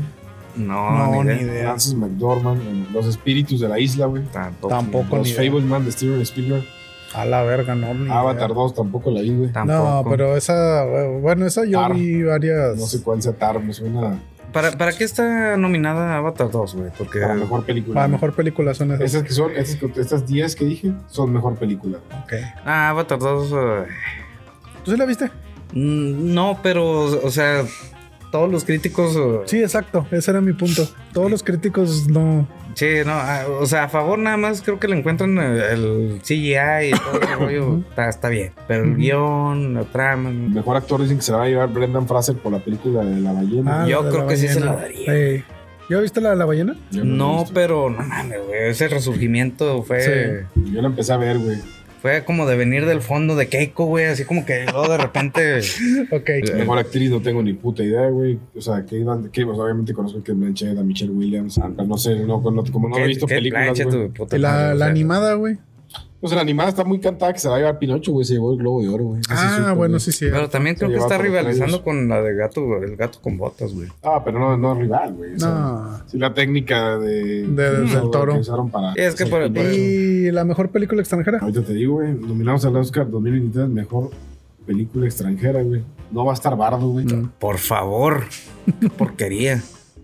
No, ni idea. idea. Francis McDormand. Los espíritus de la isla, güey. Tampoco Los ni idea. Fableman de Steven Spielberg. A la verga, no. Ni Avatar idea. 2 tampoco la vi, güey. No, Tampoco. pero esa, bueno, esa yo Tar. vi varias. No sé cuál sea Tar, me suena ¿Para qué está nominada Avatar 2, güey? Porque para mejor película. La mejor película son esas. Estas 10 que dije son mejor película. Ok. Avatar 2 ¿Tú sí la viste? no, pero o sea, todos los críticos Sí, exacto. Ese era mi punto. Todos los críticos no. sí, no, o sea, a favor nada más creo que le encuentran el CGI y todo ese rollo está bien, pero el guión, la trama, El mejor actor dicen que se la va a llevar Brendan Fraser por la película de La Ballena. Yo la de creo la que sí se ballena. la daría. ¿Ya viste la de la ballena? Yo No, la he visto. pero no mames, güey, ese resurgimiento fue Yo la empecé a ver, güey. fue como de venir del fondo de Keiko, güey, así como que luego de repente Ok. Mejor actriz no tengo ni puta idea, güey. O sea, que pues, obviamente conozco que Blanchett, a Michelle Williams, pero no sé, como no he visto películas, Blanchett, güey. tu puta Y madre, o la sea, animada, güey. Pues la animada está muy cantada que se va a llevar Pinocho, güey. Se llevó el Globo de Oro, güey. Eso sí supe, Bueno, güey. sí, sí. Pero también creo Se que está lleva por rivalizando premios. con la de el gato con botas, güey. Pero no es rival, güey. O sea, No. sí, la técnica del del Toro. que usaron para... Es que por- ¿Y la mejor película extranjera? Ahorita te digo, güey. Nominados al Oscar 2023, mejor película extranjera, güey. No va a estar Bardo, güey. Por favor, qué porquería.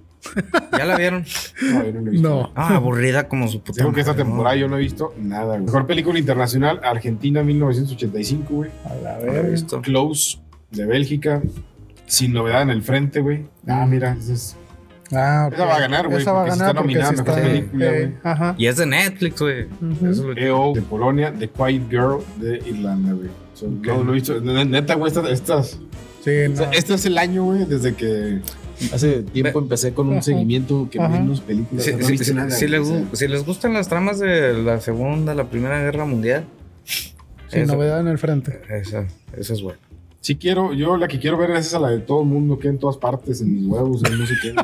¿Ya la vieron? No, yo no lo he visto. No. Aburrida como su puta Digo que esta madre, ¿no? temporada yo no he visto nada, güey. Mejor película internacional, Argentina 1985, güey. A la No la he verga. visto. Close, de Bélgica. Sin novedad en el frente, güey. Mira, esa es... Ok. Esa va a ganar, güey, Esa va a porque sí ganar está porque nominada sí a mejor está- película, güey. Ajá. Y es de Netflix, güey. Ujú. Eso es lo EO de Polonia, The Quiet Girl de Irlanda, güey. No lo he visto. Neta, güey, estas... Sí, O no. sea, este es el año, güey, desde que hace tiempo empecé con un Ajá. seguimiento que Ajá. menos películas. Si, no he si- visto si- nada, si güey, les, o sea. si les gustan las tramas de la Segunda, la Primera Guerra Mundial, Sin esa- novedad en el frente. esa es buena. Sí quiero, yo la que quiero ver es esa, la de todo el mundo, que en todas partes, en mis huevos, en no sé qué.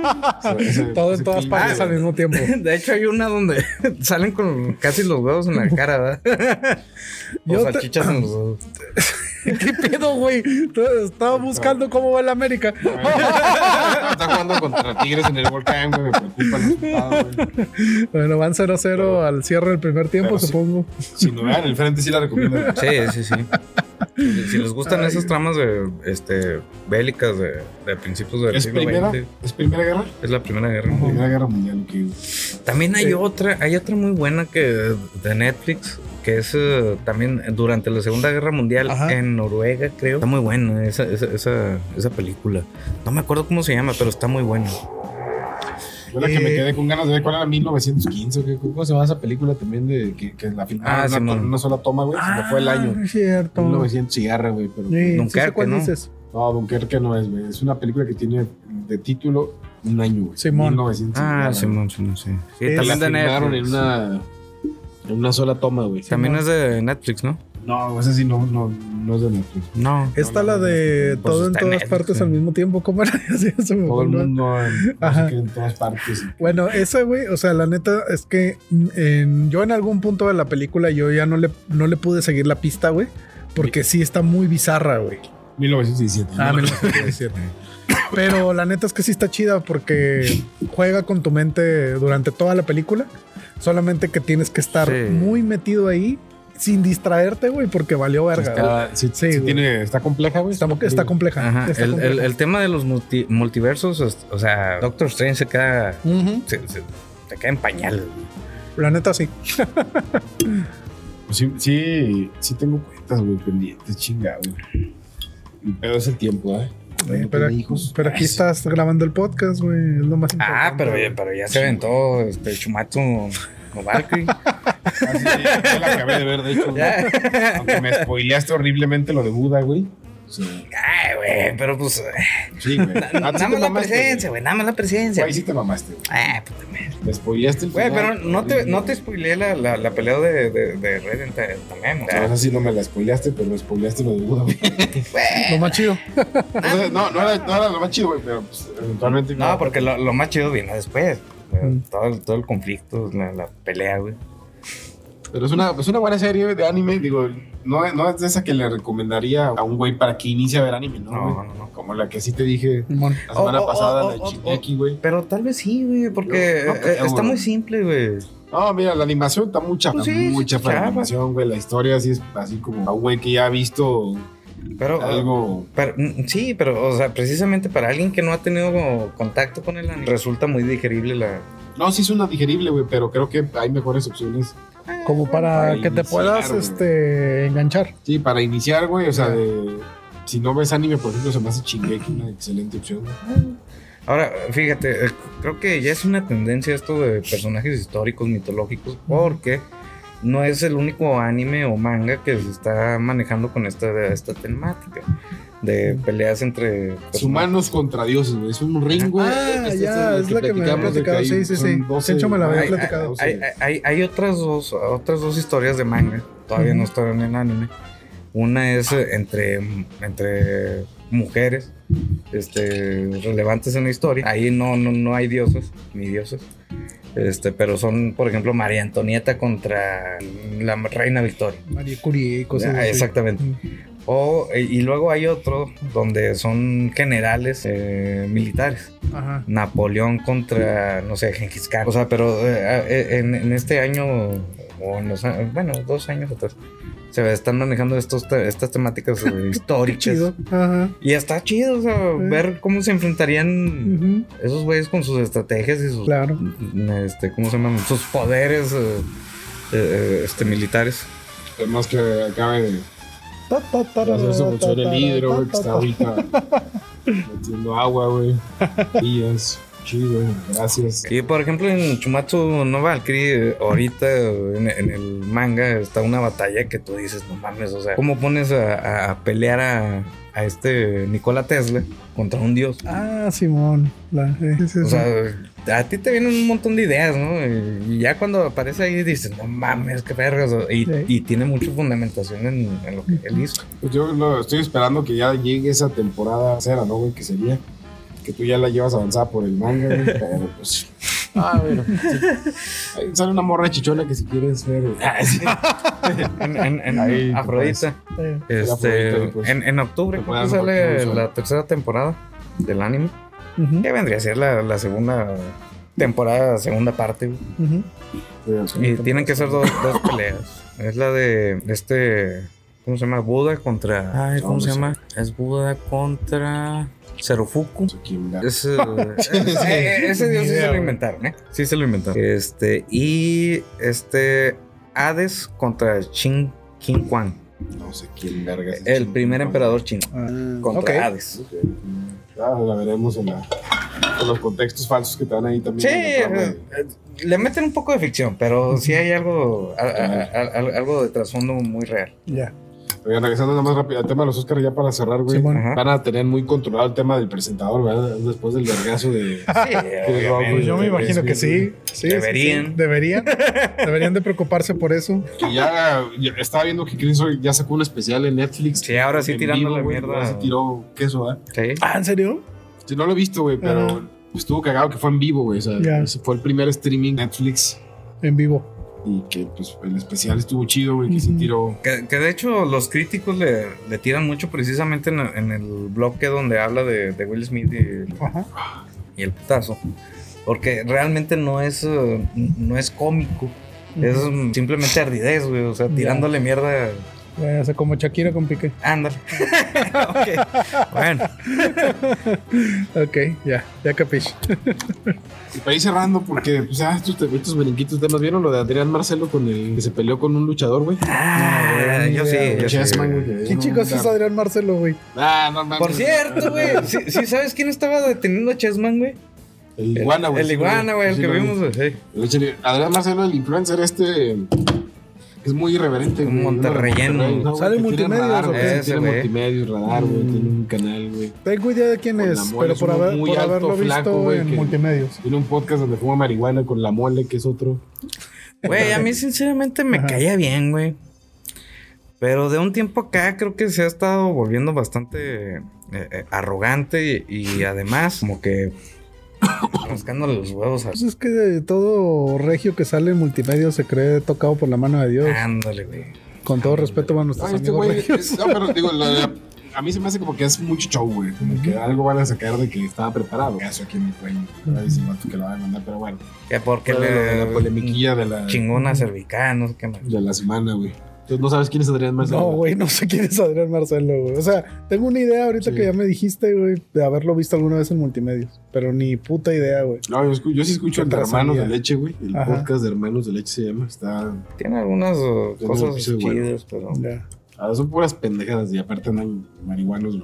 Todo en todas partes al mismo tiempo. De hecho, hay una donde salen con casi los huevos en la cara, ¿verdad? O Yo te- salchichas en los huevos. ¿Qué pedo, güey? Estaba buscando cómo va el América. Está jugando contra Tigres en el volcán, güey, me preocupa el resultado, güey. Bueno, van 0-0 al cierre del primer tiempo, Pero sí. supongo. Si no vean el frente, sí la recomiendo. Sí. Si les gustan esas tramas de bélicas de principios del ¿Es siglo primera? XX, ¿Es Primera Guerra? es la Primera Guerra. Primera Guerra Mundial, ok. También hay otra muy buena que de Netflix, que es también durante la Segunda Guerra Mundial Ajá. en Noruega, creo. Está muy buena esa película. No me acuerdo cómo se llama, pero está muy buena. Yo la que me quedé con ganas de ver cuál era 1915, ¿o qué? ¿Cómo se llama esa película también de que la filmaron Simón. una sola toma, güey? Se me fue el año. Es cierto. 1900 cigarra, güey, pero... Sí, Dunkerque, sé cuál ¿no? dices. No, Dunkerque no es, güey. Es una película que tiene de título un año, güey. Simón. 1900 cigarra, güey. Simón, sí. Sí, Es- La también de filmaron Netflix. en una... En una sola toma, güey. También es de Netflix, ¿no? No, ese sí no es de Netflix. No. Está la de Pues todo en está en todas Netflix, partes al mismo tiempo. ¿Cómo era? Así se me Todo el fue, ¿no? mundo Ajá. en todas partes. Bueno, esa, güey, o sea, la neta es que yo en algún punto de la película yo ya no le pude seguir la pista, güey. Porque sí está muy bizarra, güey. 1917. Ah, 1917. Pero la neta es que sí está chida porque juega con tu mente durante toda la película. Solamente que tienes que estar muy metido ahí sin distraerte, güey, porque valió verga. Está compleja, güey. Está compleja. Ajá. Está compleja. El tema de los multiversos, o sea, Doctor Strange se queda, se queda en pañales. La neta sí. Pues sí tengo cuentas, güey, pendientes, chingado, güey. El pedo es el tiempo, ¿eh? Pero aquí estás grabando el podcast, güey. Es lo más importante. Pero ya se aventó Chumatsu no Valkyrie. Así, ya la acabé de ver, de hecho. Aunque me spoileaste horriblemente lo de Buda, güey. Sí. Ay, güey, pero pues. Sí, güey. Nada más la presencia, güey. Nada más la presencia. Güey, sí te mamaste, güey. Puta madre. Me spoileaste el güey, final. pero no te spoileé la pelea de Raiden también. No, esa sí no me la spoileaste, pero me spoileaste lo de Buda, güey. Lo más chido. Entonces, no era lo más chido, güey, pero pues eventualmente. No, porque lo más chido viene después. Todo el conflicto, la pelea, güey. Pero es una buena serie de anime, digo, no es de esa que le recomendaría a un güey para que inicie a ver anime, ¿no? No. Como la que sí te dije la semana pasada, la Shingeki, güey. Pero tal vez sí, güey, porque está muy simple, güey. No, mira, la animación está mucha chafa. animación, güey. La historia sí es así como a un güey que ya ha visto algo. Sí, pero, o sea, precisamente para alguien que no ha tenido contacto con el anime, resulta muy digerible la. No, sí es una digerible, güey, pero creo que hay mejores opciones. Como para que te puedas enganchar. Sí, para iniciar, güey, o sea, si no ves anime, por ejemplo, se me hace Shingeki una excelente opción, güey. Ahora, fíjate, creo que ya es una tendencia esto de personajes históricos, mitológicos, porque no es el único anime o manga que se está manejando con esta temática de peleas entre humanos contra dioses, güey. Es un ring, güey. Es la que me había platicado. Sí. De hecho, me la había platicado. Hay otras dos historias de manga. Todavía no están en anime. Una es entre mujeres relevantes en la historia. Ahí no hay dioses ni dioses. Pero son, por ejemplo, María Antonieta contra la reina Victoria. María Curie y cosas así. Exactamente. Y luego hay otro donde son generales militares. Ajá. Napoleón contra, no sé, Gengis Khan. O sea, pero en este año, o en los 2 años atrás, se están manejando estas temáticas históricas. Chido. Ajá. Y está chido, o sea, ver cómo se enfrentarían esos güeyes con sus estrategias y sus, claro. ¿Cómo se llaman? Sus poderes militares. Además que acabe de hacerse mucho el hidro, güey, que está ahorita metiendo agua, güey. Días. Chido, gracias. Y por ejemplo en Chumatsu no Valkyrie, ahorita en el manga está una batalla que tú dices, no mames, o sea, ¿cómo pones a pelear a Nikola Tesla contra un dios? Ah, Simón. O sea, a ti te vienen un montón de ideas, ¿no? Y ya cuando aparece ahí dices, no mames, qué vergas. Y tiene mucha fundamentación en lo que él hizo. Pues yo estoy esperando que ya llegue esa temporada cera, ¿no, güey? Que sería que tú ya la llevas avanzada por el manga, güey, pero pues. Bueno. Sí. Ahí sale una morra chichona que si quieres ver. En Afrodita. Pues, en octubre creo que sale la tercera temporada del anime. Que vendría a ser la segunda temporada, segunda parte, güey. Y tienen que ser dos peleas. Es la de ¿cómo se llama? Buda contra. ¿Cómo se llama? Es Buda contra Serofuku. Ese dios sí se lo inventaron, ¿eh? Sí se lo inventaron. Y Hades contra Qin Huang. No sé quién verga es. El primer emperador chino. Contra Hades. Okay. Ya la veremos con los contextos falsos que te dan ahí también. Sí, le meten un poco de ficción, pero sí hay algo de trasfondo muy real. Ya. Oigan, regresando nada más rápido al tema de los Oscars, ya para cerrar, güey. Van a tener muy controlado el tema del presentador, ¿verdad? Después del vergazo de... Pues yo me imagino que sí. Deberían. Deberían de preocuparse por eso. Que ya estaba viendo que Chris hoy ya sacó un especial en Netflix. Sí, ahora sí tirando la mierda. Ahora sí tiró queso, ¿verdad? Sí. Ah, ¿en serio? Sí, no lo he visto, güey, pero estuvo cagado que fue en vivo, güey. O sea, ese fue el primer streaming Netflix. En vivo. Y que pues el especial estuvo chido, güey, que se tiró. Que de hecho los críticos le tiran mucho precisamente en el bloque donde habla de Will Smith y el putazo. Porque realmente no es cómico. Es simplemente ardidez, güey. O sea, tirándole mierda. O sea, como Shakira con Piqué. Ándale. Okay. Bueno. Ok, ya capiche. Y para ir cerrando, porque pues, estos brinquitos temas, ¿vieron lo de Adrián Marcelo con el que se peleó con un luchador, güey? Yo sí. ¿Quién chicos es Adrián Marcelo, güey? No mames. Por cierto, güey. ¿Sí sabes quién estaba deteniendo a Chessman, güey? El iguana, güey. El iguana, güey, el que vimos, güey. Adrián Marcelo, el influencer es muy irreverente, un monterrelleno. Sale en Multimedios, tiene Multimedios, Radar, güey. Tiene un canal, güey. Tengo idea de quién es, pero por haberlo visto en Multimedios. Tiene un podcast donde fuma marihuana con La Mole, que es otro. Güey, a mí sinceramente me caía bien, güey. Pero de un tiempo acá creo que se ha estado volviendo bastante arrogante y además como que rascándole los huevos. Pues es que todo regio que sale en Multimedios se cree tocado por la mano de Dios. Ándale, güey. Con todo respeto a nuestros amigos regios. Pero digo, a mí se me hace como que es mucho show, güey. Como que algo van a sacar de que estaba preparado. Eso aquí en mi cuello. Que lo van a mandar, pero bueno. Que porque la polemiquilla de la chingona cervical, no sé qué más. De la semana, güey. Entonces, ¿no sabes quién es Adrián Marcelo? No, güey, no sé quién es Adrián Marcelo, güey. O sea, tengo una idea ahorita que ya me dijiste, güey, de haberlo visto alguna vez en Multimedios. Pero ni puta idea, güey. No, yo sí escucho el de Hermanos de Leche, güey. El podcast de Hermanos de Leche se llama. Tiene algunas cosas chidas, pero... Ya. Son puras pendejadas y aparte andan marihuanos,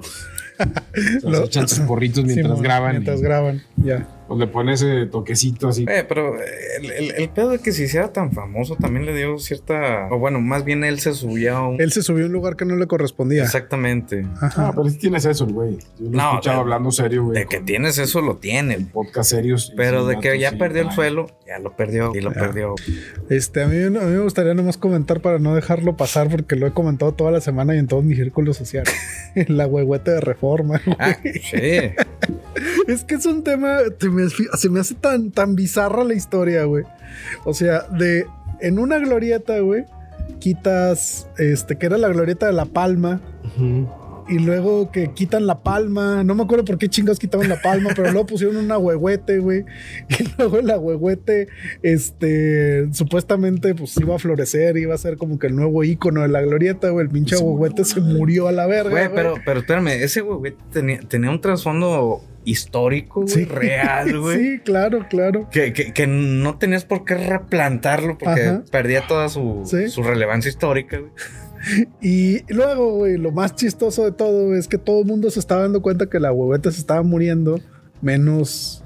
los echan sus porritos mientras graban. Mientras graban, ya. O le pone ese toquecito así. Pero el pedo de que se hiciera tan famoso también le dio cierta... O bueno, más bien él se subió a Él se subió a un lugar que no le correspondía. Exactamente. Ajá. Pero sí tienes eso, güey. Yo lo he escuchado hablando serio, güey. De que tienes eso, lo tiene. Podcast serios. Pero de que ya perdió el suelo, ya lo perdió y lo perdió. A mí me gustaría nomás comentar para no dejarlo pasar porque lo he comentado toda la semana y en todos mis círculos sociales. La huehuete de Reforma, güey. Sí. Es que es un tema, se me hace tan bizarra la historia, güey. O sea, en una glorieta, güey, quitas, que era la glorieta de La Palma. Y luego que quitan La Palma. No me acuerdo por qué chingados quitaban La Palma, pero luego pusieron una huehuete, güey. Y luego la huehuete, supuestamente, pues iba a florecer, iba a ser como que el nuevo ícono de la glorieta, güey. El pinche huehuete se murió a la verga, güey. Pero espérame, ese huehuete tenía un trasfondo histórico, güey, real, güey. Sí, claro. Que no tenías por qué replantarlo porque perdía toda su relevancia histórica, güey. Y luego, güey, lo más chistoso de todo es que todo el mundo se estaba dando cuenta que la huehueta se estaba muriendo, menos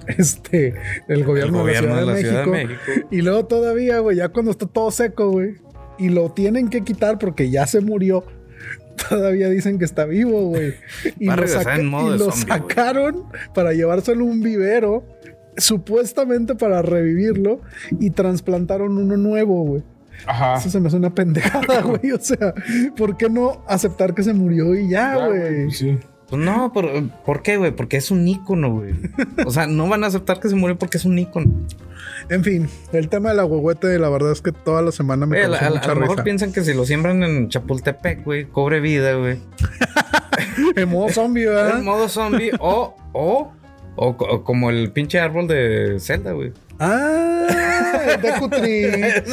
el gobierno de la Ciudad de México. Y luego todavía, güey, ya cuando está todo seco, güey, y lo tienen que quitar porque ya se murió, todavía dicen que está vivo, güey. Y lo sacaron para llevárselo a un vivero, supuestamente para revivirlo, y trasplantaron uno nuevo, güey. Ajá. Eso se me hace una pendejada, güey. O sea, ¿por qué no aceptar que se murió y ya, güey? Sí. Pues no, ¿por qué, güey? Porque es un ícono, güey. O sea, no van a aceptar que se murió porque es un ícono. En fin, el tema de la huehuete, la verdad es que toda la semana me causó mucha risa. A lo mejor piensan que si lo siembran en Chapultepec, güey, cobre vida, güey. En modo zombie, ¿verdad? En modo zombie o como el pinche árbol de Zelda, güey. Ah, de Cutri.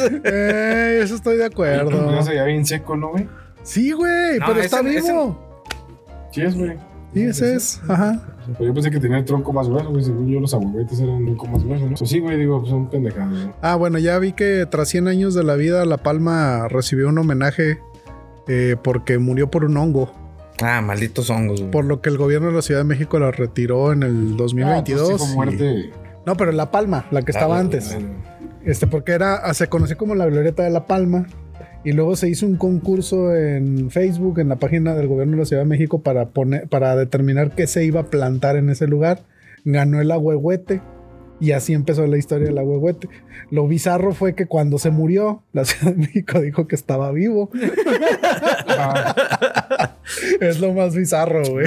Eso estoy de acuerdo. Ya se veía bien seco, ¿no, güey? Sí, güey, pero está vivo. Sí es, güey. Sí, ese es. Ajá. Pero yo pensé que tenía el tronco más grueso, güey. Según yo, los abuelitos eran un tronco más grueso, ¿no? Pues sí, güey, digo, pues son pendejadas, ¿no? Ah, bueno, ya vi que tras 100 años de la vida, La Palma recibió un homenaje porque murió por un hongo. Ah, malditos hongos, güey. Por lo que el gobierno de la Ciudad de México la retiró en el 2022. Pues sí, fue muerte. No, pero La Palma, la que estaba antes. Porque se conocía como la glorieta de La Palma. Y luego se hizo un concurso en Facebook, en la página del gobierno de la Ciudad de México, para determinar qué se iba a plantar en ese lugar. Ganó el ahuehuete. Y así empezó la historia del ahuehuete. Lo bizarro fue que cuando se murió, la Ciudad de México dijo que estaba vivo. Es lo más bizarro, güey.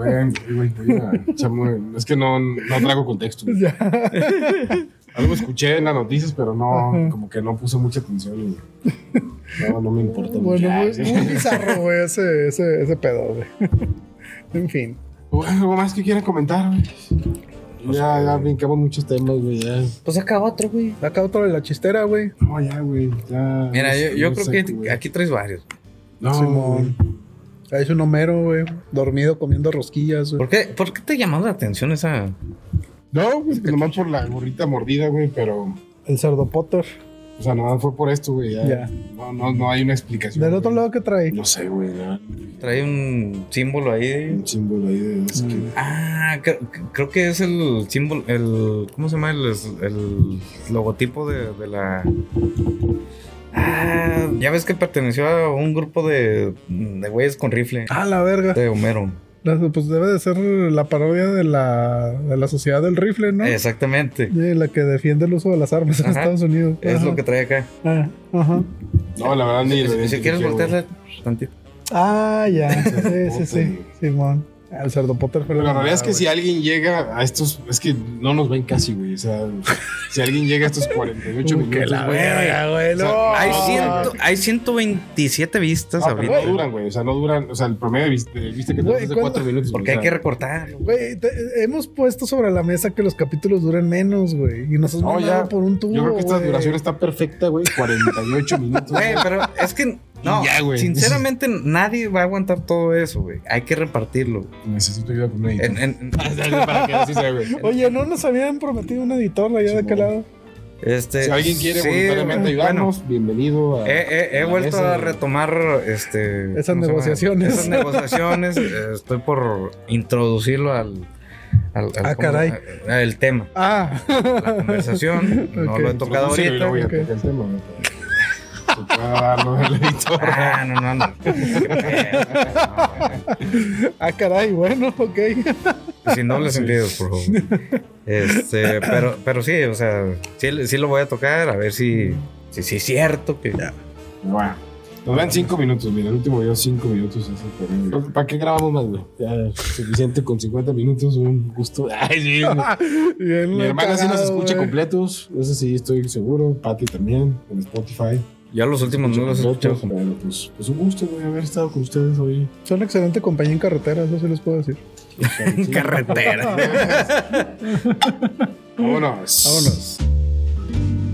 Es que no traigo contexto. Algo escuché en las noticias, pero no, como que no puse mucha atención. No me importa. Bueno, muy bizarro, güey, ese pedo, güey. En fin. ¿Algo más que quieran comentar, güey? Ya brincamos muchos temas, güey. Pues acá otro, güey. Acá otro de la chistera, güey. No, ya, güey. Mira, yo creo que aquí traes varios. No, Simón. Es un Homero, güey. Dormido comiendo rosquillas, güey. ¿Por qué te llamó la atención esa? No, pues nomás por la gorrita mordida, güey, pero... El cerdo Potter. O sea, nada fue por esto, güey. Ya. No hay una explicación. ¿Del otro lado qué trae? No sé, güey. Trae un símbolo ahí. Un símbolo ahí de... Creo que es el símbolo, ¿cómo se llama? El logotipo de la... ya ves que perteneció a un grupo de güeyes con rifle. La verga. De Homero. Pues debe de ser la parodia de la sociedad del rifle, ¿no? Exactamente. La que defiende el uso de las armas en Estados Unidos. Es lo que trae acá. Ajá. No, la verdad ni... Si quieres voltearle tantito. Ya. Sí. Simón. El cerdo Potter fue la realidad es que si alguien llega a estos... Es que no nos ven casi, güey. O sea, si alguien llega a estos 48 minutos... Que la verga, güey. No. Hay 127 vistas ahorita. No duran, güey. O sea, no duran... O sea, el promedio de vista que tenemos es de 4 minutos. Porque hay que recortar. Güey, hemos puesto sobre la mesa que los capítulos duren menos, güey. Y nos has mandado por un tubo, yo creo que esta duración está perfecta, güey. 48 minutos. Güey, pero es que... No, ya, sinceramente nadie va a aguantar todo eso, güey. Hay que repartirlo. Necesito ayuda con un editor. Para que así sea, güey. Oye, ¿no nos habían prometido un editor allá de aquel lado? Si alguien quiere voluntariamente ayudarnos, bienvenido. He vuelto a retomar esas negociaciones. Estoy por introducirlo al caray. El tema. La conversación. No lo he tocado ahorita. No voy a tocar el tema, pueda darnos el editor. No. Caray, bueno, ok. Sin dobles sentidos, por favor. Pero sí, o sea, sí lo voy a tocar, a ver si es cierto que... Bueno, nos dan 5 minutos, mira, el último video 5 minutos. ¿Para qué grabamos más, güey? Ya suficiente con 50 minutos, un gusto. Ay, sí. Mi hermana sí nos escucha completos, eso sí estoy seguro. Pati también, en Spotify. Ya los últimos no los he escuchado. Pero pues un gusto, güey, haber estado con ustedes hoy. Son excelente compañía en carretera, eso sí les puedo decir. Carretera. Vámonos.